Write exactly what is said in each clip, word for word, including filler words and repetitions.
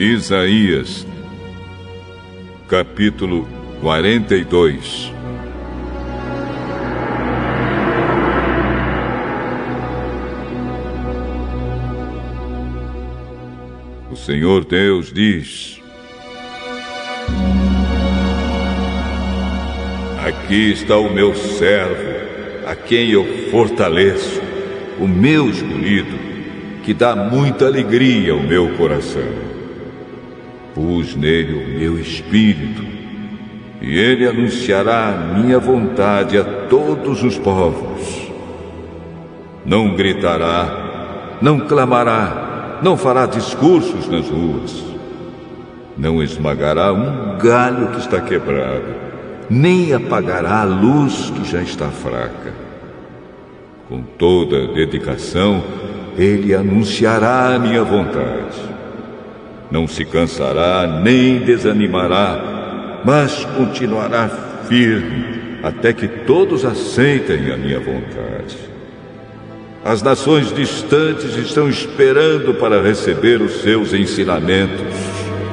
Isaías, capítulo quarenta e dois. O Senhor Deus diz: aqui está o meu servo, a quem eu fortaleço, o meu escolhido, que dá muita alegria ao meu coração. Pus nele o meu espírito, e ele anunciará a minha vontade a todos os povos. Não gritará, não clamará, não fará discursos nas ruas. Não esmagará um galho que está quebrado, nem apagará a luz que já está fraca. Com toda dedicação, ele anunciará a minha vontade. Não se cansará nem desanimará, mas continuará firme até que todos aceitem a minha vontade. As nações distantes estão esperando para receber os seus ensinamentos.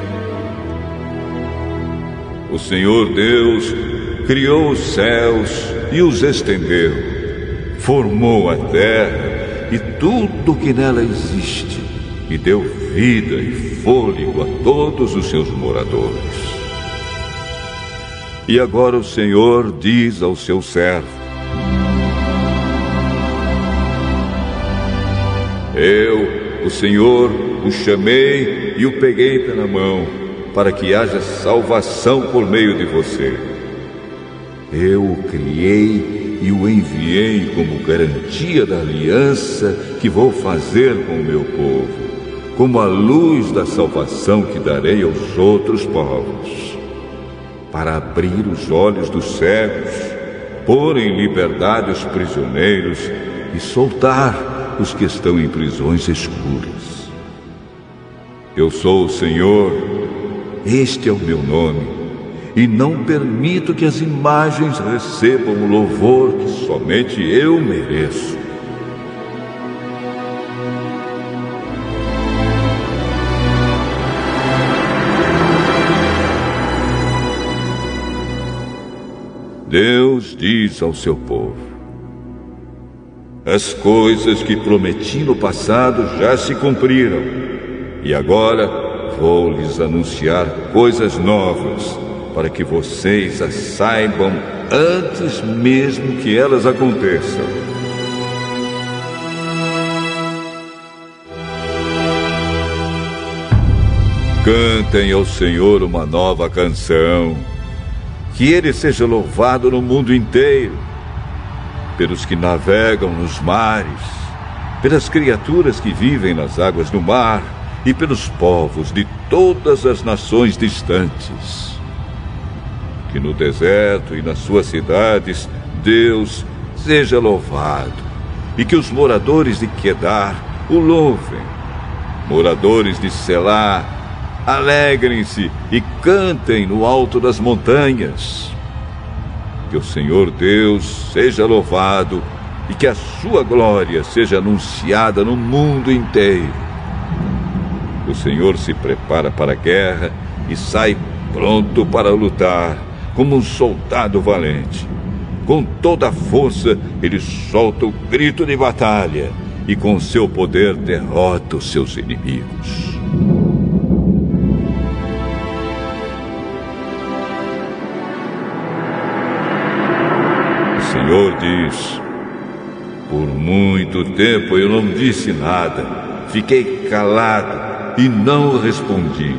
O Senhor Deus criou os céus e os estendeu, formou a terra e tudo que nela existe, e deu vida e fôlego a todos os seus moradores. E agora o Senhor diz ao seu servo: eu, o Senhor, o chamei e o peguei pela mão, para que haja salvação por meio de você. Eu o criei e o enviei como garantia da aliança que vou fazer com o meu povo, como a luz da salvação que darei aos outros povos, para abrir os olhos dos cegos, pôr em liberdade os prisioneiros e soltar os que estão em prisões escuras. Eu sou o Senhor, este é o meu nome, e não permito que as imagens recebam o louvor que somente eu mereço. Deus diz ao seu povo: as coisas que prometi no passado já se cumpriram, e agora vou lhes anunciar coisas novas, para que vocês as saibam antes mesmo que elas aconteçam. Cantem ao Senhor uma nova canção, que Ele seja louvado no mundo inteiro, pelos que navegam nos mares, pelas criaturas que vivem nas águas do mar, e pelos povos de todas as nações distantes. Que no deserto e nas suas cidades Deus seja louvado, e que os moradores de Quedar o louvem. Moradores de Selá, alegrem-se e cantem no alto das montanhas. Que o Senhor Deus seja louvado e que a sua glória seja anunciada no mundo inteiro. O Senhor se prepara para a guerra e sai pronto para lutar, como um soldado valente. Com toda a força, ele solta o grito de batalha e com seu poder derrota os seus inimigos. O Senhor diz: por muito tempo eu não disse nada, fiquei calado e não respondi.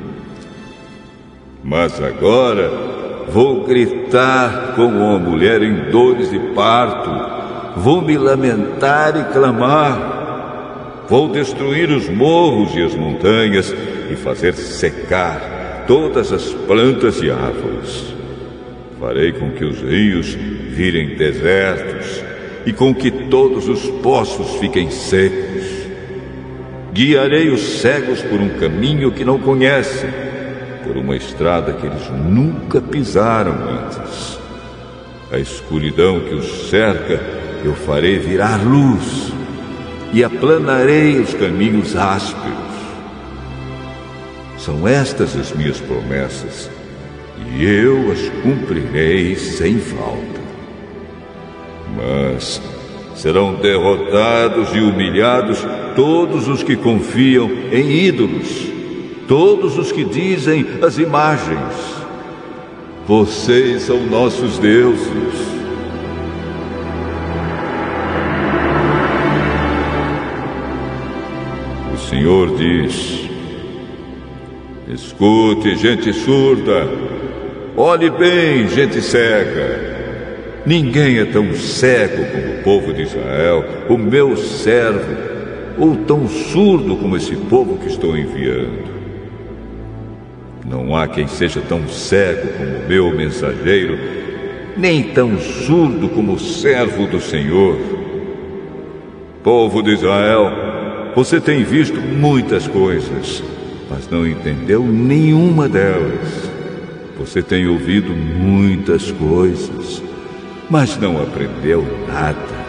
Mas agora vou gritar como uma mulher em dores de parto, vou me lamentar e clamar, vou destruir os morros e as montanhas e fazer secar todas as plantas e árvores. Farei com que os rios virem desertos e com que todos os poços fiquem secos. Guiarei os cegos por um caminho que não conhecem, por uma estrada que eles nunca pisaram antes. A escuridão que os cerca eu farei virar luz, e aplanarei os caminhos ásperos. São estas as minhas promessas, e eu as cumprirei sem falta. Mas serão derrotados e humilhados todos os que confiam em ídolos, todos os que dizem as imagens: vocês são nossos deuses. O Senhor diz: escute, gente surda, olhe bem, gente cega. Ninguém é tão cego como o povo de Israel, o meu servo, ou tão surdo como esse povo que estou enviando. Não há quem seja tão cego como o meu mensageiro, nem tão surdo como o servo do Senhor. Povo de Israel, você tem visto muitas coisas, mas não entendeu nenhuma delas. Você tem ouvido muitas coisas, mas não aprendeu nada.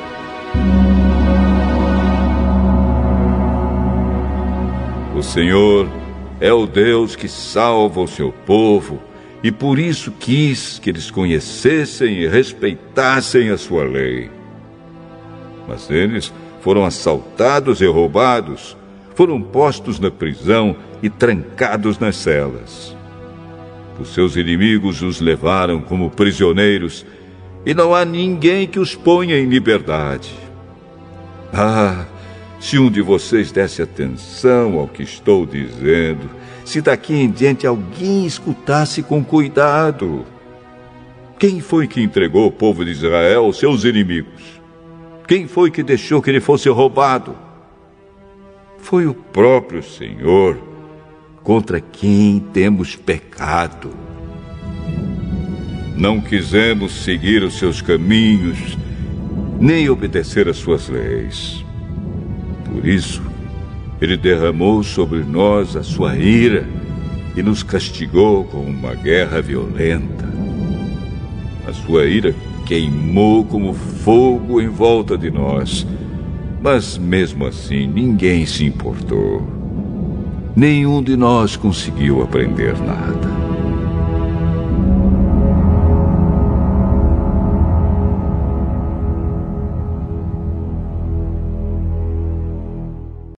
O Senhor é o Deus que salva o seu povo, e por isso quis que eles conhecessem e respeitassem a sua lei. Mas eles foram assaltados e roubados, foram postos na prisão e trancados nas celas. Os seus inimigos os levaram como prisioneiros, e não há ninguém que os ponha em liberdade. Ah, se um de vocês desse atenção ao que estou dizendo, se daqui em diante alguém escutasse com cuidado. Quem foi que entregou o povo de Israel aos seus inimigos? Quem foi que deixou que ele fosse roubado? Foi o próprio Senhor, contra quem temos pecado. Não quisemos seguir os seus caminhos, nem obedecer às suas leis. Por isso, ele derramou sobre nós a sua ira e nos castigou com uma guerra violenta. A sua ira queimou como fogo em volta de nós, mas mesmo assim ninguém se importou. Nenhum de nós conseguiu aprender nada.